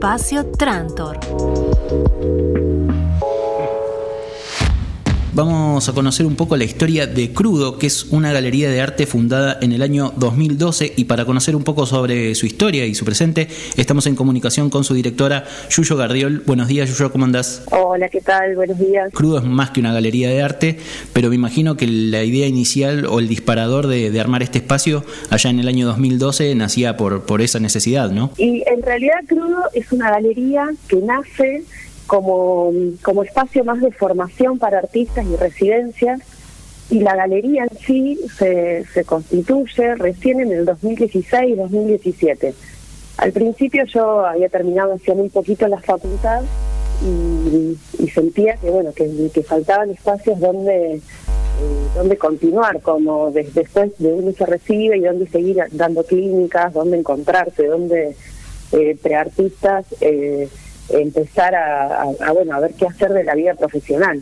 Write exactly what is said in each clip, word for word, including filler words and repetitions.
Espacio Trantor. Vamos a conocer un poco la historia de Crudo, que es una galería de arte fundada en el año dos mil doce, y para conocer un poco sobre su historia y su presente, estamos en comunicación con su directora, Yuyo Gardiol. Buenos días, Yuyo, ¿cómo andás? Hola, ¿qué tal? Buenos días. Crudo es más que una galería de arte, pero me imagino que la idea inicial o el disparador de, de armar este espacio allá en el año dos mil doce nacía por, por esa necesidad, ¿no? Y en realidad Crudo es una galería que nace como, como espacio más de formación para artistas y residencias, y la galería en sí se, se constituye recién en el dos mil dieciséis dos mil diecisiete. Al principio yo había terminado hacía muy poquito la facultad y, y sentía que bueno que, que faltaban espacios donde, eh, donde continuar, como de, después de donde se recibe y donde seguir dando clínicas, donde encontrarse, donde eh, preartistas eh, empezar a, a, a bueno a ver qué hacer de la vida profesional.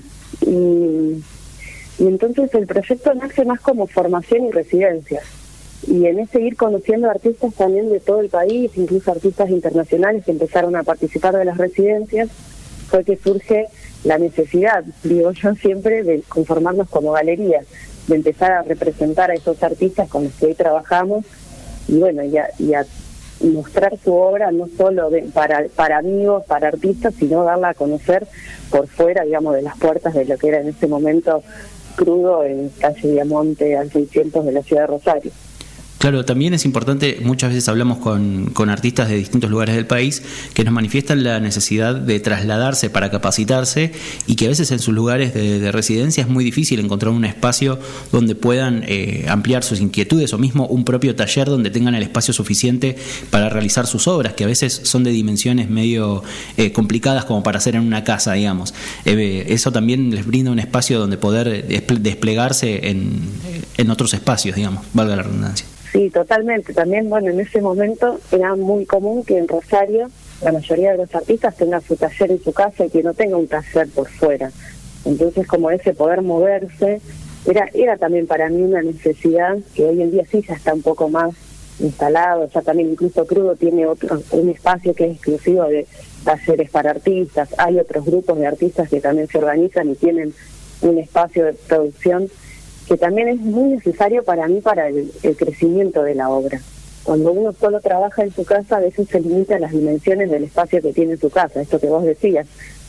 Y, y entonces el proyecto nace más como formación y residencias, y en ese ir conociendo artistas también de todo el país, incluso artistas internacionales que empezaron a participar de las residencias, fue que surge la necesidad, digo yo siempre, de conformarnos como galería, de empezar a representar a esos artistas con los que hoy trabajamos, y bueno, y a, y a mostrar su obra no solo de, para para amigos, para artistas, sino darla a conocer por fuera, digamos, de las puertas de lo que era en ese momento Crudo en calle Diamonte al seiscientos de la ciudad de Rosario. Claro, también es importante, muchas veces hablamos con, con artistas de distintos lugares del país que nos manifiestan la necesidad de trasladarse para capacitarse, y que a veces en sus lugares de, de residencia es muy difícil encontrar un espacio donde puedan eh, ampliar sus inquietudes, o mismo un propio taller donde tengan el espacio suficiente para realizar sus obras, que a veces son de dimensiones medio eh, complicadas como para hacer en una casa, digamos. Eh, eso también les brinda un espacio donde poder desplegarse en, en otros espacios, digamos, valga la redundancia. Sí, totalmente. También, bueno, en ese momento era muy común que en Rosario la mayoría de los artistas tengan su taller en su casa y que no tenga un taller por fuera. Entonces, como ese poder moverse, era era también para mí una necesidad que hoy en día sí ya está un poco más instalado. Ya también incluso Crudo tiene otro un espacio que es exclusivo de talleres para artistas. Hay otros grupos de artistas que también se organizan y tienen un espacio de producción que también es muy necesario para mí para el, el crecimiento de la obra. Cuando uno solo trabaja en su casa, a veces se limita a las dimensiones del espacio que tiene en su casa, esto que vos decías.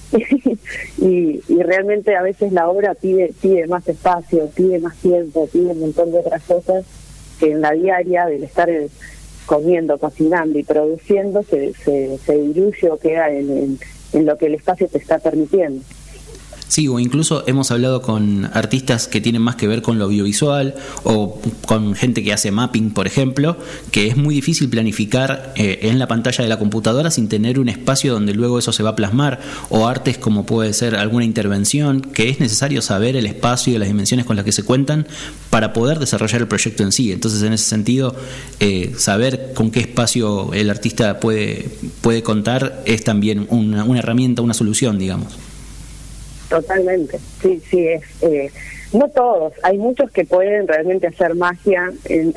y, y realmente a veces la obra pide pide más espacio, pide más tiempo, pide un montón de otras cosas que en la diaria del estar comiendo, cocinando y produciendo se, se, se diluye o queda en, en, en lo que el espacio te está permitiendo. Sí, o incluso hemos hablado con artistas que tienen más que ver con lo audiovisual, o con gente que hace mapping, por ejemplo, que es muy difícil planificar eh, en la pantalla de la computadora sin tener un espacio donde luego eso se va a plasmar, o artes como puede ser alguna intervención, que es necesario saber el espacio y las dimensiones con las que se cuentan para poder desarrollar el proyecto en sí. Entonces, en ese sentido, eh, saber con qué espacio el artista puede, puede contar es también una, una herramienta, una solución, digamos. Totalmente, sí, sí, es eh, no todos, hay muchos que pueden realmente hacer magia en,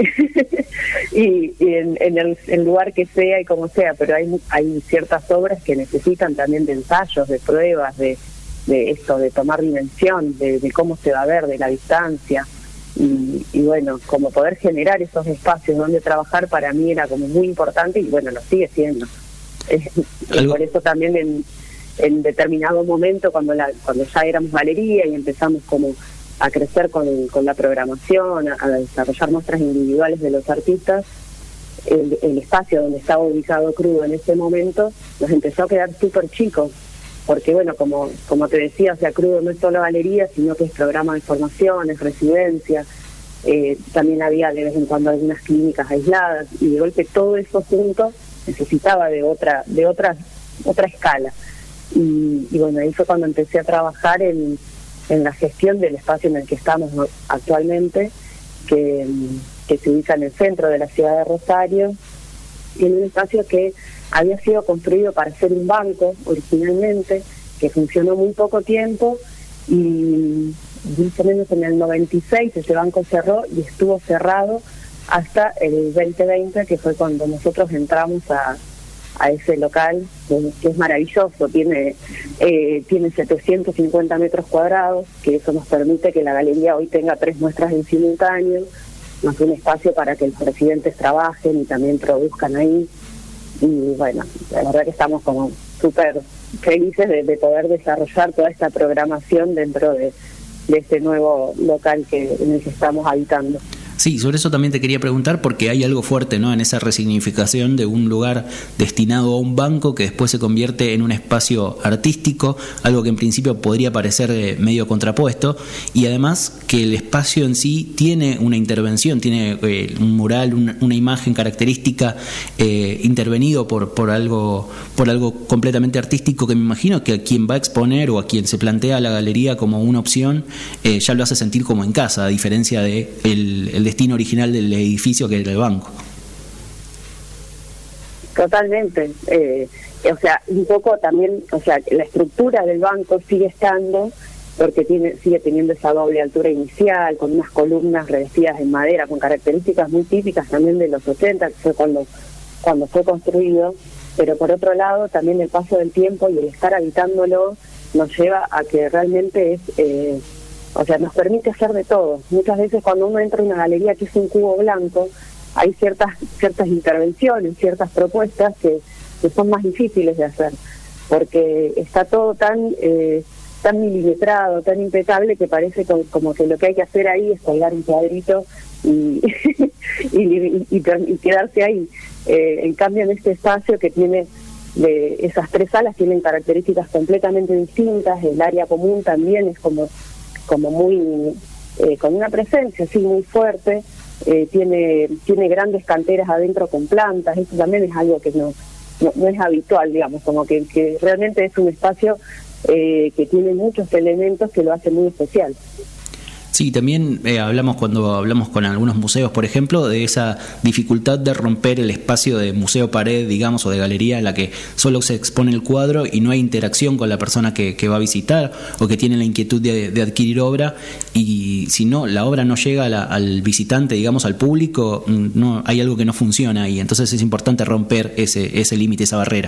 y, y en, en el, el lugar que sea y como sea, pero hay hay ciertas obras que necesitan también de ensayos, de pruebas, de, de esto, de tomar dimensión, de, de cómo se va a ver, de la distancia, y, y bueno, como poder generar esos espacios donde trabajar para mí era como muy importante, y bueno, lo sigue siendo. Eh, y por eso también en en determinado momento, cuando la cuando ya éramos galería y empezamos como a crecer con, con la programación, a, a desarrollar muestras individuales de los artistas, el, el espacio donde estaba ubicado Crudo en ese momento nos empezó a quedar súper chico, porque bueno, como como te decía, o sea, Crudo no es solo galería, sino que es programa de formación, es residencia, eh, también había de vez en cuando algunas clínicas aisladas, y de golpe todo eso junto necesitaba de otra de otra otra escala. Y, y bueno, ahí fue cuando empecé a trabajar en, en la gestión del espacio en el que estamos actualmente, que, que se ubica en el centro de la ciudad de Rosario, y en un espacio que había sido construido para ser un banco originalmente, que funcionó muy poco tiempo, y más o menos en el noventa y seis ese banco cerró y estuvo cerrado hasta el veinte veinte, que fue cuando nosotros entramos a a ese local, que, que es maravilloso, tiene eh, tiene setecientos cincuenta metros cuadrados, que eso nos permite que la galería hoy tenga tres muestras en simultáneo, más un espacio para que los residentes trabajen y también produzcan ahí. Y bueno, la verdad que estamos como súper felices de, de poder desarrollar toda esta programación dentro de, de este nuevo local que en el que estamos habitando. Sí, sobre eso también te quería preguntar, porque hay algo fuerte, ¿no?, en esa resignificación de un lugar destinado a un banco que después se convierte en un espacio artístico, algo que en principio podría parecer eh, medio contrapuesto, y además que el espacio en sí tiene una intervención, tiene eh, un mural, una, una imagen característica eh, intervenido por, por, algo, por algo completamente artístico, que me imagino que a quien va a exponer o a quien se plantea la galería como una opción eh, ya lo hace sentir como en casa, a diferencia de el, el destino original del edificio, que era el banco. Totalmente. Eh, o sea, un poco también, o sea, la estructura del banco sigue estando, porque tiene sigue teniendo esa doble altura inicial, con unas columnas revestidas en madera, con características muy típicas también de los ochenta, que fue cuando, cuando fue construido, pero por otro lado también el paso del tiempo y el estar habitándolo nos lleva a que realmente es... Eh, O sea, nos permite hacer de todo. Muchas veces cuando uno entra a una galería que es un cubo blanco, hay ciertas ciertas intervenciones, ciertas propuestas que, que son más difíciles de hacer, porque está todo tan eh, tan milimetrado, tan impecable, que parece como, como que lo que hay que hacer ahí es colgar un cuadrito y, y, y, y, y quedarse ahí. Eh, en cambio, en este espacio que tiene... de esas tres salas tienen características completamente distintas, el área común también es como... como muy eh, con una presencia así muy fuerte, eh, tiene tiene grandes canteras adentro con plantas, eso también es algo que no no, no es habitual, digamos, como que, que realmente es un espacio eh, que tiene muchos elementos que lo hacen muy especial. Sí, también eh, hablamos cuando hablamos con algunos museos, por ejemplo, de esa dificultad de romper el espacio de museo-pared, digamos, o de galería, en la que solo se expone el cuadro y no hay interacción con la persona que, que va a visitar o que tiene la inquietud de, de adquirir obra, y si no, la obra no llega a la, al visitante, digamos, al público, no hay algo que no funciona, y entonces es importante romper ese, ese límite, esa barrera.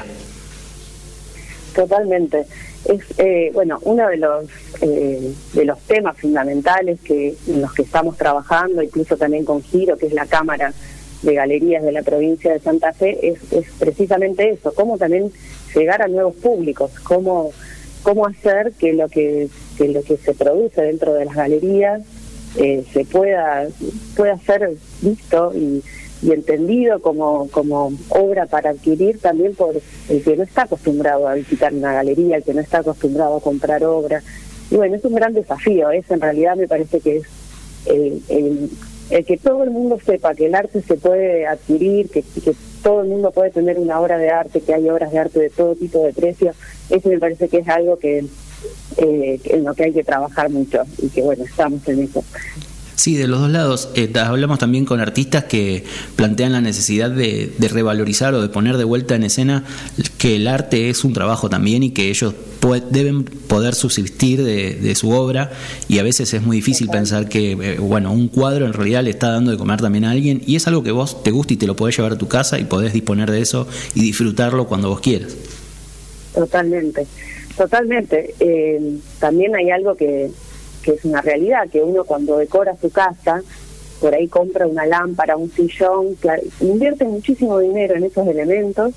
Totalmente. Es eh, bueno, uno de los eh, de los temas fundamentales que en los que estamos trabajando, incluso también con Giro, que es la Cámara de Galerías de la provincia de Santa Fe, es, es precisamente eso, cómo también llegar a nuevos públicos, cómo cómo hacer que lo que, que lo que se produce dentro de las galerías eh, se pueda pueda ser visto y y entendido como como obra para adquirir también por el que no está acostumbrado a visitar una galería, el que no está acostumbrado a comprar obra. Y bueno, es un gran desafío, es en realidad me parece que es el, el, el que todo el mundo sepa que el arte se puede adquirir, que, que todo el mundo puede tener una obra de arte, que hay obras de arte de todo tipo de precios. Eso me parece que es algo que eh, en lo que hay que trabajar mucho, y que bueno, estamos en eso. Sí, de los dos lados. Eh, hablamos también con artistas que plantean la necesidad de, de revalorizar o de poner de vuelta en escena que el arte es un trabajo también, y que ellos puede, deben poder subsistir de, de su obra, y a veces es muy difícil pensar que eh, bueno, un cuadro en realidad le está dando de comer también a alguien, y es algo que vos te gusta y te lo podés llevar a tu casa y podés disponer de eso y disfrutarlo cuando vos quieras. Totalmente, totalmente. Eh, también hay algo que que es una realidad, que uno cuando decora su casa, por ahí compra una lámpara, un sillón, claro, invierte muchísimo dinero en esos elementos,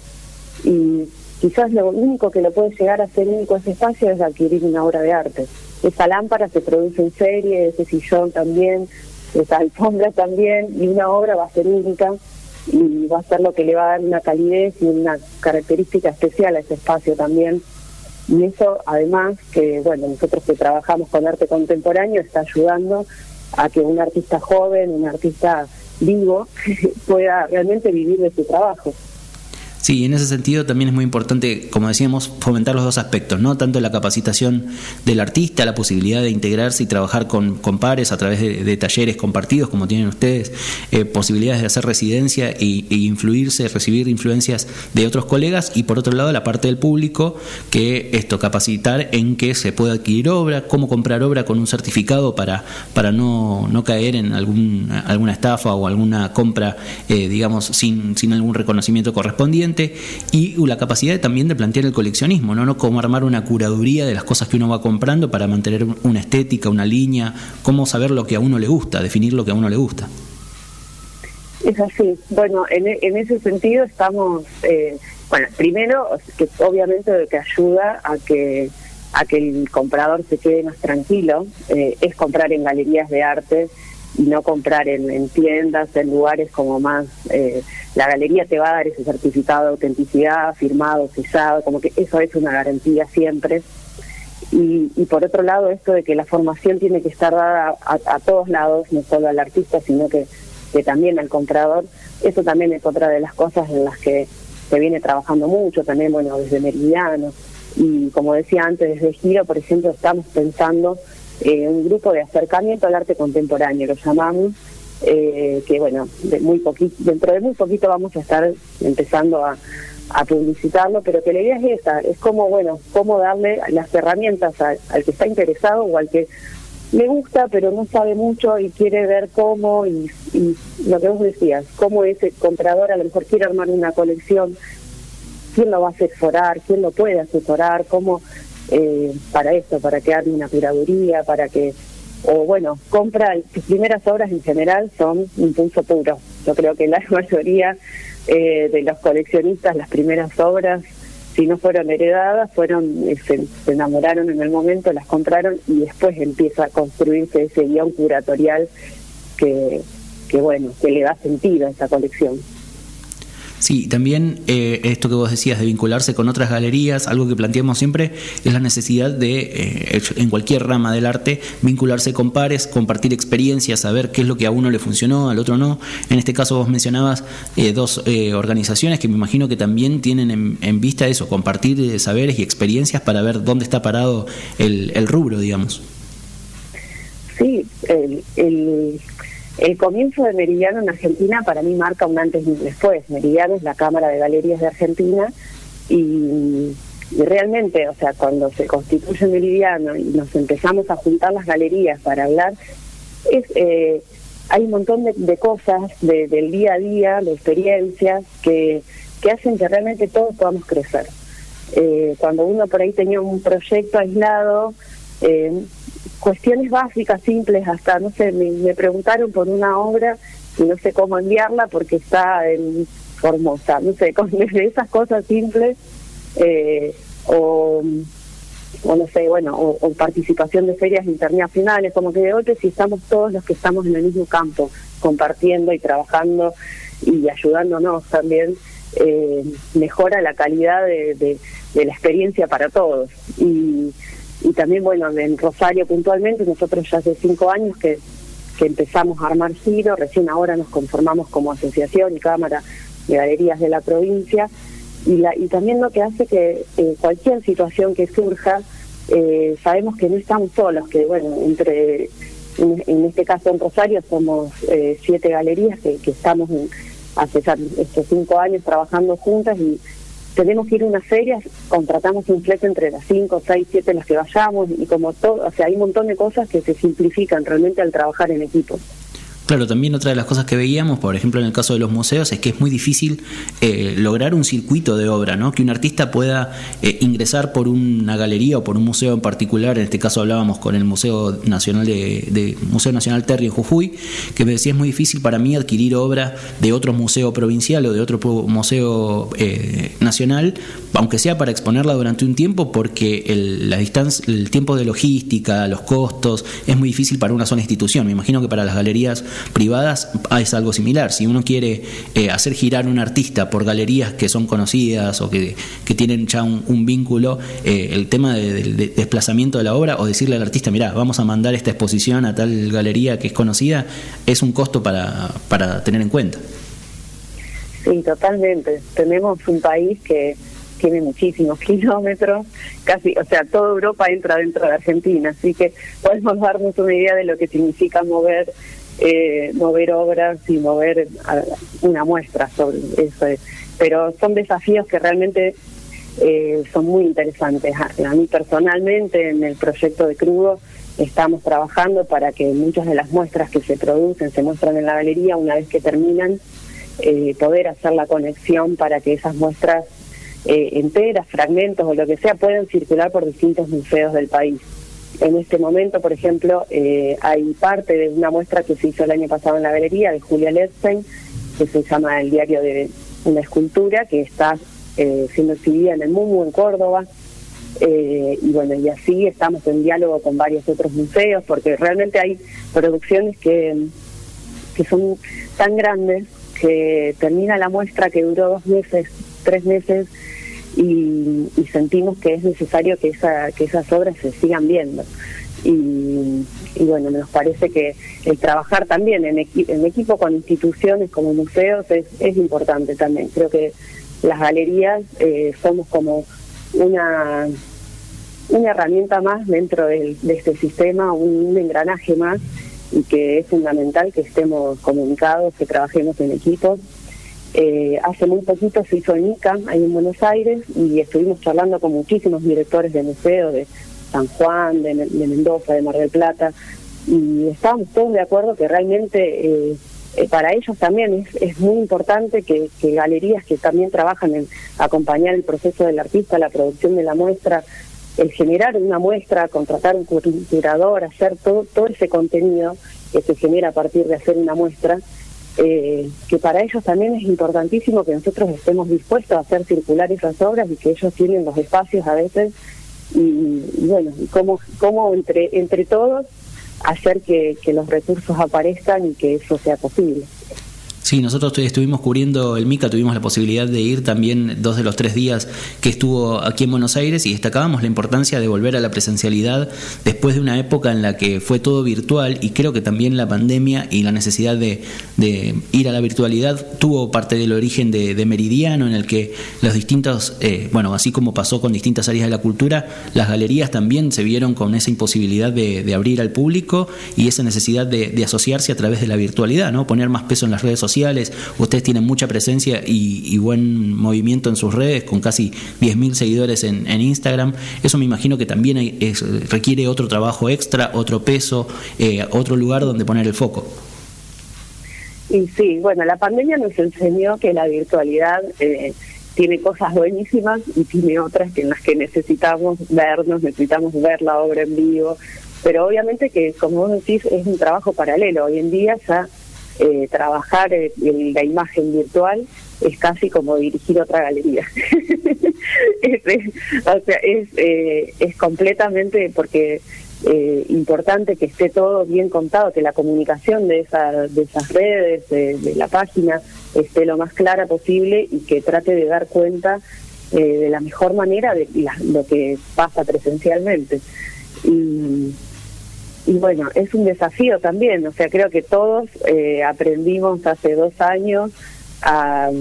y quizás lo único que lo puede llegar a ser único ese espacio es adquirir una obra de arte. Esa lámpara se produce en serie, ese sillón también, esa alfombra también, y una obra va a ser única y va a ser lo que le va a dar una calidez y una característica especial a ese espacio también. Y eso, además, que bueno, nosotros que trabajamos con arte contemporáneo, está ayudando a que un artista joven, un artista vivo, pueda realmente vivir de su trabajo. Sí, en ese sentido también es muy importante, como decíamos, fomentar los dos aspectos, ¿no? Tanto la capacitación del artista, la posibilidad de integrarse y trabajar con, con pares a través de, de talleres compartidos como tienen ustedes, eh, posibilidades de hacer residencia y, y influirse, recibir influencias de otros colegas, y por otro lado la parte del público, que esto, capacitar en que se pueda adquirir obra, cómo comprar obra con un certificado para, para no, no caer en algún, alguna estafa o alguna compra, eh, digamos, sin, sin algún reconocimiento correspondiente. arte, y la capacidad de, también de plantear el coleccionismo, ¿no? No cómo armar una curaduría de las cosas que uno va comprando para mantener una estética, una línea, cómo saber lo que a uno le gusta, definir lo que a uno le gusta. Es así. Bueno, en, en ese sentido estamos, eh, bueno, primero, que obviamente lo que ayuda a que a que el comprador se quede más tranquilo, eh, es comprar en galerías de arte y no comprar en, en tiendas, en lugares como más, eh, la galería te va a dar ese certificado de autenticidad, firmado, sellado, como que eso es una garantía siempre. Y, y por otro lado, esto de que la formación tiene que estar dada a, a todos lados, no solo al artista, sino que que también al comprador, eso también es otra de las cosas en las que se viene trabajando mucho, también, bueno, desde Meridiano, y como decía antes, desde Giro, por ejemplo, estamos pensando en eh, un grupo de acercamiento al arte contemporáneo, lo llamamos, eh, que bueno, de muy poquito, dentro de muy poquito vamos a estar empezando a, a publicitarlo, pero que la idea es esa, es como, bueno, cómo darle las herramientas a, al que está interesado o al que le gusta pero no sabe mucho y quiere ver cómo, y, y lo que vos decías, cómo ese comprador a lo mejor quiere armar una colección, quién lo va a asesorar, quién lo puede asesorar, cómo, eh, para esto, para que arme una curaduría, para que, o bueno, compra, sus primeras obras en general son impulso puro. Yo creo que la mayoría eh, de los coleccionistas, las primeras obras, si no fueron heredadas, fueron se, se enamoraron en el momento, las compraron y después empieza a construirse ese guión curatorial que, que bueno, que le da sentido a esa colección. Sí, también eh, esto que vos decías de vincularse con otras galerías, algo que planteamos siempre es la necesidad de, eh, en cualquier rama del arte, vincularse con pares, compartir experiencias, saber qué es lo que a uno le funcionó, al otro no. En este caso vos mencionabas eh, dos eh, organizaciones que me imagino que también tienen en, en vista eso, compartir eh, saberes y experiencias para ver dónde está parado el, el rubro, digamos. Sí, el... el... El comienzo de Meridiano en Argentina para mí marca un antes y un después. Meridiano es la Cámara de Galerías de Argentina y, y realmente, o sea, cuando se constituye Meridiano y nos empezamos a juntar las galerías para hablar, es eh, hay un montón de, de cosas de, del día a día, de experiencias que, que hacen que realmente todos podamos crecer. Eh, cuando uno por ahí tenía un proyecto aislado, eh, cuestiones básicas, simples, hasta, no sé, me, me preguntaron por una obra y no sé cómo enviarla porque está en Formosa, no sé, con desde esas cosas simples, eh, o, o no sé, bueno, o, o participación de ferias internacionales, como que de golpe si estamos todos los que estamos en el mismo campo, compartiendo y trabajando y ayudándonos también, eh, mejora la calidad de, de, de la experiencia para todos. Y Y también, bueno, en Rosario puntualmente, nosotros ya hace cinco años que, que empezamos a armar Giro, recién ahora nos conformamos como asociación y cámara de galerías de la provincia, y, la, y también lo que hace que eh, cualquier situación que surja, eh, sabemos que no estamos solos, que bueno, entre en, en este caso en Rosario somos eh, siete galerías que, que estamos en, hace ya estos cinco años trabajando juntas y tenemos que ir a unas ferias, contratamos un flete entre las cinco, seis, siete las que vayamos y como todo, o sea, hay un montón de cosas que se simplifican realmente al trabajar en equipo. Claro, también otra de las cosas que veíamos, por ejemplo en el caso de los museos, es que es muy difícil eh, lograr un circuito de obra, ¿no? Que un artista pueda eh, ingresar por una galería o por un museo en particular. En este caso hablábamos con el Museo Nacional de, de Museo Nacional Terry en Jujuy, que me decía es muy difícil para mí adquirir obra de otro museo provincial o de otro museo eh, nacional, aunque sea para exponerla durante un tiempo, porque el, la distancia, el tiempo de logística, los costos, es muy difícil para una sola institución. Me imagino que para las galerías privadas es algo similar. Si uno quiere eh, hacer girar un artista por galerías que son conocidas o que, que tienen ya un, un vínculo, eh, el tema del de, de desplazamiento de la obra o decirle al artista, mirá, vamos a mandar esta exposición a tal galería que es conocida, es un costo para, para tener en cuenta. Sí, totalmente. Tenemos un país que tiene muchísimos kilómetros, casi, o sea, toda Europa entra dentro de Argentina, así que podemos darnos una idea de lo que significa mover Eh, mover obras y mover uh, una muestra sobre eso. Pero son desafíos que realmente eh, son muy interesantes. A, a mí personalmente en el proyecto de Crudo estamos trabajando para que muchas de las muestras que se producen, se muestran en la galería, una vez que terminan, eh, poder hacer la conexión para que esas muestras eh, enteras, fragmentos o lo que sea, puedan circular por distintos museos del país. En este momento, por ejemplo, eh, hay parte de una muestra que se hizo el año pasado en la galería de Julia Lepstein, que se llama El diario de una escultura, que está eh, siendo exhibida en el MUMU en Córdoba. Eh, y bueno, y así estamos en diálogo con varios otros museos, porque realmente hay producciones que, que son tan grandes que termina la muestra que duró dos meses, tres meses, y, y sentimos que es necesario que esa que esas obras se sigan viendo. Y, y bueno, nos parece que el trabajar también en, equi en equipo con instituciones como museos es, es importante también. Creo que las galerías eh, somos como una una herramienta más dentro del, de este sistema, un, un engranaje más, y que es fundamental que estemos comunicados, que trabajemos en equipo. Eh, hace muy poquito se hizo en ICA, ahí en Buenos Aires, y estuvimos charlando con muchísimos directores de museos de San Juan, de, de Mendoza, de Mar del Plata, y estábamos todos de acuerdo que realmente eh, eh, para ellos también es, es muy importante que, que galerías que también trabajan en acompañar el proceso del artista, la producción de la muestra, el generar una muestra, contratar un curador, hacer todo, todo ese contenido que se genera a partir de hacer una muestra, eh, que para ellos también es importantísimo que nosotros estemos dispuestos a hacer circular esas obras y que ellos tienen los espacios a veces, y, y bueno, y cómo, cómo entre, entre todos hacer que, que los recursos aparezcan y que eso sea posible. Sí, nosotros estuvimos cubriendo el MICA, tuvimos la posibilidad de ir también dos de los tres días que estuvo aquí en Buenos Aires, y destacábamos la importancia de volver a la presencialidad después de una época en la que fue todo virtual, y creo que también la pandemia y la necesidad de, de ir a la virtualidad tuvo parte del origen de, de Meridiano, en el que los distintos, eh, bueno, así como pasó con distintas áreas de la cultura, las galerías también se vieron con esa imposibilidad de, de abrir al público y esa necesidad de, de asociarse a través de la virtualidad, ¿no? Poner más peso en las redes sociales. Ustedes tienen mucha presencia y, y buen movimiento en sus redes, con casi diez mil seguidores en, en Instagram. Eso me imagino que también hay, es, requiere otro trabajo extra, otro peso, eh, otro lugar donde poner el foco. Y sí, bueno, la pandemia nos enseñó que la virtualidad eh, tiene cosas buenísimas y tiene otras que en las que necesitamos vernos, necesitamos ver la obra en vivo, pero obviamente que, como vos decís, es un trabajo paralelo. Hoy en día ya Eh, trabajar eh, en la imagen virtual es casi como dirigir otra galería. es, es, o sea, es, eh, es completamente porque eh, importante que esté todo bien contado, que la comunicación de, esa, de esas redes, de, de la página, esté lo más clara posible y que trate de dar cuenta eh, de la mejor manera de la, lo que pasa presencialmente. Y Y bueno, es un desafío también, o sea, creo que todos eh, aprendimos hace dos años a,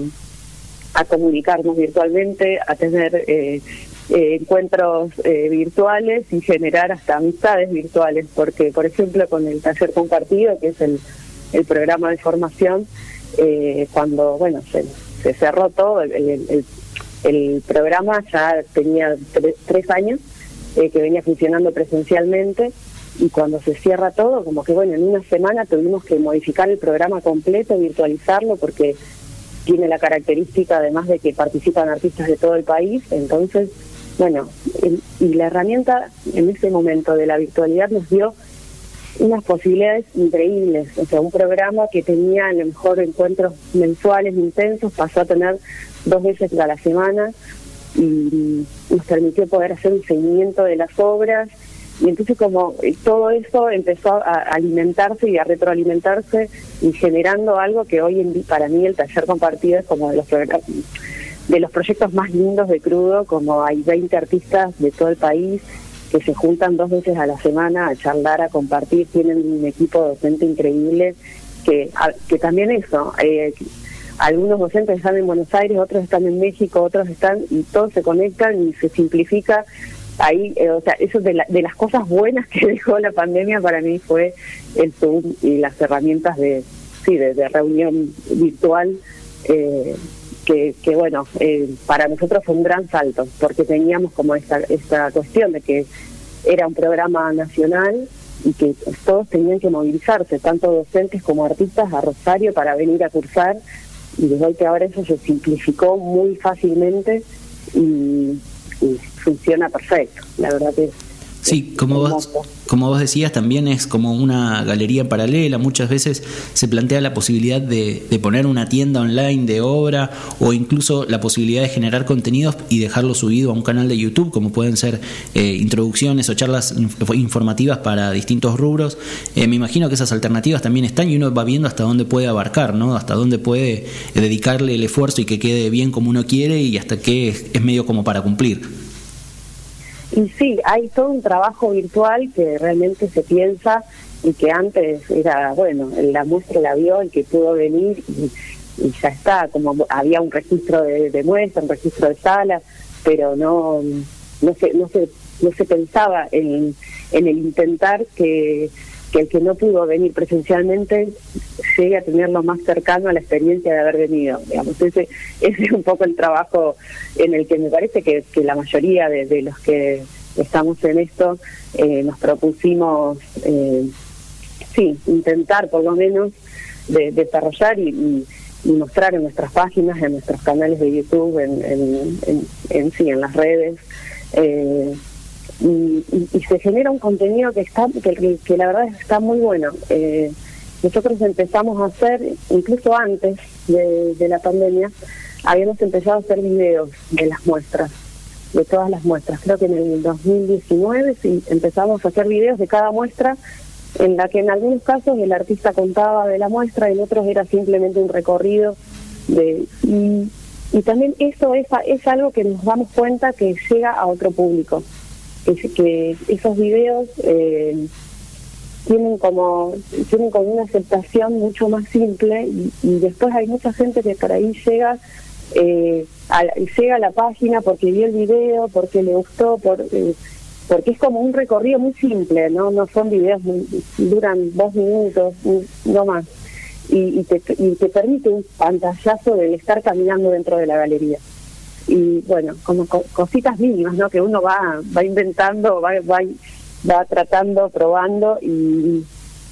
a comunicarnos virtualmente, a tener eh, eh, encuentros eh, virtuales y generar hasta amistades virtuales, porque, por ejemplo, con el taller compartido, que es el, el programa de formación, eh, cuando, bueno, se, se cerró todo, el, el, el, el programa ya tenía tre, tres años eh, que venía funcionando presencialmente, y cuando se cierra todo, como que bueno, en una semana tuvimos que modificar el programa completo, virtualizarlo, porque tiene la característica además de que participan artistas de todo el país. Entonces, bueno, el, y la herramienta en ese momento de la virtualidad nos dio unas posibilidades increíbles. O sea, un programa que tenía a lo mejor encuentros mensuales intensos pasó a tener dos veces a la semana, y nos permitió poder hacer un seguimiento de las obras. Y entonces como todo eso empezó a alimentarse y a retroalimentarse y generando algo que hoy en día para mí el taller compartido es como de los de los proyectos más lindos de Crudo, como hay veinte artistas de todo el país que se juntan dos veces a la semana a charlar, a compartir, tienen un equipo docente increíble, que, a, que también eso, eh, algunos docentes están en Buenos Aires, otros están en México, otros están, y todos se conectan y se simplifica. Ahí, eh, o sea, eso de, la, de las cosas buenas que dejó la pandemia para mí fue el Zoom y las herramientas de sí de, de reunión virtual, eh, que, que bueno, eh, para nosotros fue un gran salto, porque teníamos como esta, esta cuestión de que era un programa nacional y que todos tenían que movilizarse, tanto docentes como artistas, a Rosario para venir a cursar, y de golpe ahora eso se simplificó muy fácilmente y, y funciona perfecto, la verdad que sí, como vos, como vos decías, también es como una galería paralela. Muchas veces se plantea la posibilidad de, de poner una tienda online de obra, o incluso la posibilidad de generar contenidos y dejarlo subido a un canal de YouTube, como pueden ser eh, introducciones o charlas informativas para distintos rubros. Eh, me imagino que esas alternativas también están y uno va viendo hasta dónde puede abarcar, ¿no? Hasta dónde puede dedicarle el esfuerzo y que quede bien como uno quiere, y hasta qué es, es medio como para cumplir. Y sí, hay todo un trabajo virtual que realmente se piensa y que antes era, bueno, la muestra la vio, el que pudo venir y, y ya está, como había un registro de, de muestra, un registro de sala, pero no no se no se, no se pensaba en, en el intentar que, que el que no pudo venir presencialmente llegue a tenerlo más cercano a la experiencia de haber venido. Digamos, ese, ese es un poco el trabajo en el que me parece que, que la mayoría de, de los que estamos en esto eh, nos propusimos, eh, sí, intentar por lo menos de, desarrollar y, y, y mostrar en nuestras páginas, en nuestros canales de YouTube, en, en, en, en sí, en las redes. Eh, Y, y, y se genera un contenido que está que, que la verdad está muy bueno. Eh, nosotros empezamos a hacer, incluso antes de, de la pandemia, habíamos empezado a hacer videos de las muestras, de todas las muestras. Creo que en el dos mil diecinueve sí, empezamos a hacer videos de cada muestra, en la que en algunos casos el artista contaba de la muestra, en otros era simplemente un recorrido de y, y también eso es, es algo que nos damos cuenta que llega a otro público. Es que esos videos eh, tienen como tienen como una aceptación mucho más simple y, y después hay mucha gente que por ahí llega eh, a, llega a la página porque vio el video, porque le gustó, por, eh, porque es como un recorrido muy simple, no no son videos muy, duran dos minutos, no más, y, y, te, y te permite un pantallazo de estar caminando dentro de la galería. Y bueno, como co- cositas mínimas, ¿no? Que uno va va inventando, va va, va tratando, probando, y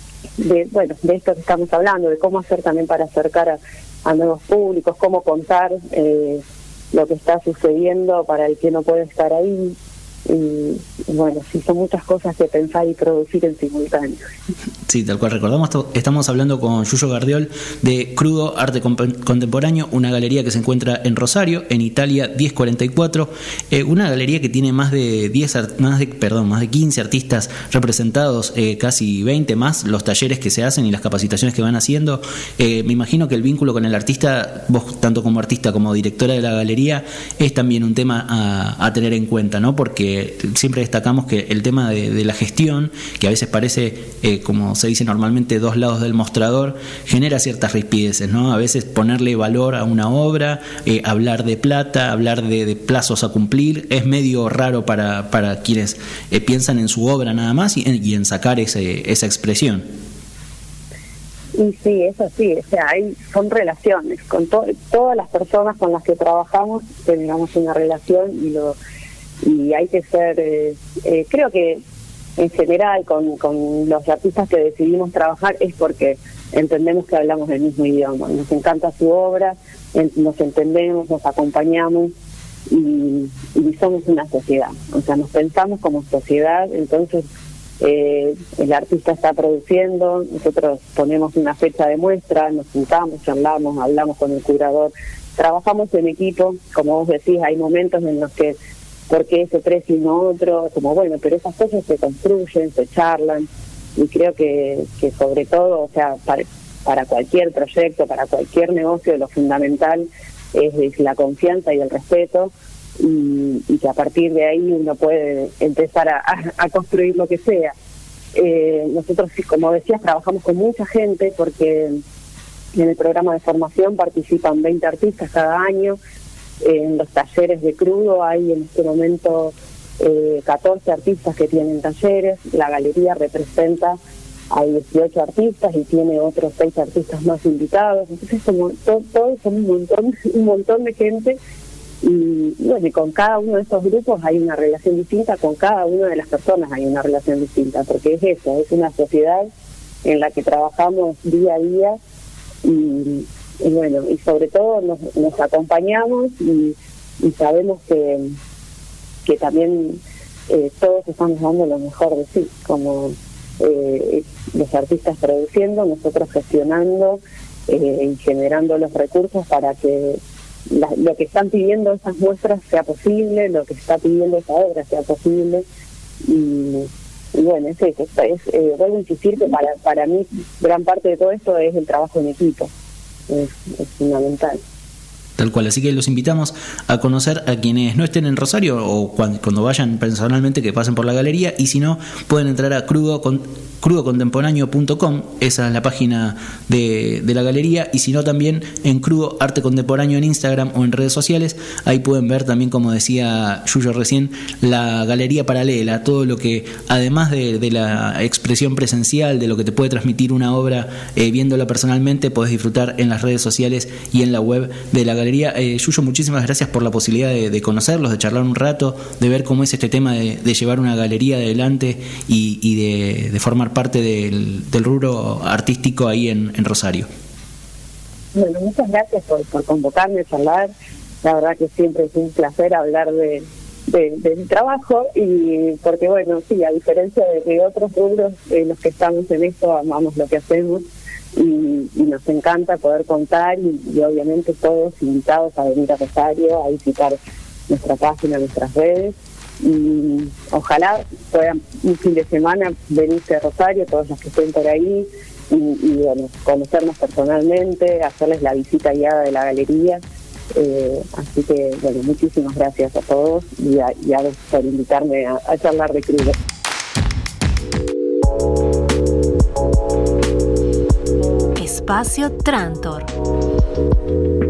de bueno de esto que estamos hablando, de cómo hacer también para acercar a, a nuevos públicos, cómo contar eh, lo que está sucediendo para el que no puede estar ahí. Y bueno, sí, son muchas cosas que pensar y producir en simultáneo. Sí, tal cual. Recordamos, estamos hablando con Yuyo Gardiol de Crudo Arte Contemporáneo, una galería que se encuentra en Rosario, en Italia diez cuarenta y cuatro, eh, una galería que tiene más de diez, más de, perdón, más de quince artistas representados, eh, casi veinte más los talleres que se hacen y las capacitaciones que van haciendo. Eh, me imagino que el vínculo con el artista, vos tanto como artista como directora de la galería, es también un tema a, a tener en cuenta, ¿no? Porque siempre destacamos que el tema de, de la gestión, que a veces parece, eh, como se dice normalmente, dos lados del mostrador, genera ciertas rispideces, ¿no? A veces ponerle valor a una obra, eh, hablar de plata, hablar de, de plazos a cumplir, es medio raro para, para quienes eh, piensan en su obra nada más y, y en sacar ese, esa expresión. Y sí, es así, o sea, hay, son relaciones, con to- todas las personas con las que trabajamos tengamos una relación y lo y hay que ser, eh, eh, creo que en general con, con los artistas que decidimos trabajar es porque entendemos que hablamos el mismo idioma, nos encanta su obra, en, nos entendemos, nos acompañamos y, y somos una sociedad, o sea, nos pensamos como sociedad. Entonces eh, el artista está produciendo, nosotros ponemos una fecha de muestra, nos juntamos, charlamos, hablamos con el curador, trabajamos en equipo, como vos decís, hay momentos en los que ¿por qué ese precio y no otro? Como bueno, pero esas cosas se construyen, se charlan, y creo que, que sobre todo, o sea, para, para cualquier proyecto, para cualquier negocio, lo fundamental es, es la confianza y el respeto, y, y que a partir de ahí uno puede empezar a, a, a construir lo que sea. Eh, nosotros, como decías, trabajamos con mucha gente porque en el programa de formación participan veinte artistas cada año. En los talleres de Crudo hay en este momento eh, catorce artistas que tienen talleres. La galería representa a dieciocho artistas y tiene otros seis artistas más invitados. Entonces, como todo, todo son un montón, un montón de gente. Y, y bueno, y con cada uno de estos grupos hay una relación distinta, con cada una de las personas hay una relación distinta, porque es eso, es una sociedad en la que trabajamos día a día y, y bueno, y sobre todo nos, nos acompañamos y, y sabemos que, que también eh, todos estamos dando lo mejor de sí, como eh, los artistas produciendo, nosotros gestionando eh, y generando los recursos para que la, lo que están pidiendo esas muestras sea posible, lo que está pidiendo esa obra sea posible. Y, y bueno, es eso, es, eh, vuelvo a insistir que para, para mí gran parte de todo esto es el trabajo en equipo, es, es fundamental. Tal cual, así que los invitamos a conocer a quienes no estén en Rosario o cuando, cuando vayan personalmente, que pasen por la galería, y si no, pueden entrar a crudo con, crudo contemporáneo punto com, esa es la página de, de la galería, y si no también en Crudo Arte Contemporáneo en Instagram o en redes sociales, ahí pueden ver también, como decía Yuyo recién, la galería paralela, todo lo que además de, de la expresión presencial, de lo que te puede transmitir una obra eh, viéndola personalmente, podés disfrutar en las redes sociales y en la web de la galería. Eh, Yuyo, muchísimas gracias por la posibilidad de, de conocerlos, de charlar un rato, de ver cómo es este tema de, de llevar una galería adelante y, y de, de formar parte del, del rubro artístico ahí en, en Rosario. Bueno, muchas gracias por, por convocarme a charlar. La verdad que siempre es un placer hablar de, de, de mi trabajo, y porque bueno, sí, a diferencia de, de otros rubros, eh, los que estamos en esto amamos lo que hacemos. Y, y nos encanta poder contar y, y obviamente todos invitados a venir a Rosario, a visitar nuestra página, nuestras redes, y ojalá puedan un fin de semana venirse a Rosario, todos los que estén por ahí, y, y bueno, conocernos personalmente, hacerles la visita guiada de la galería. Eh, así que bueno, muchísimas gracias a todos y a, y a vos por invitarme a, a charlar de Crudo. Espacio Trantor.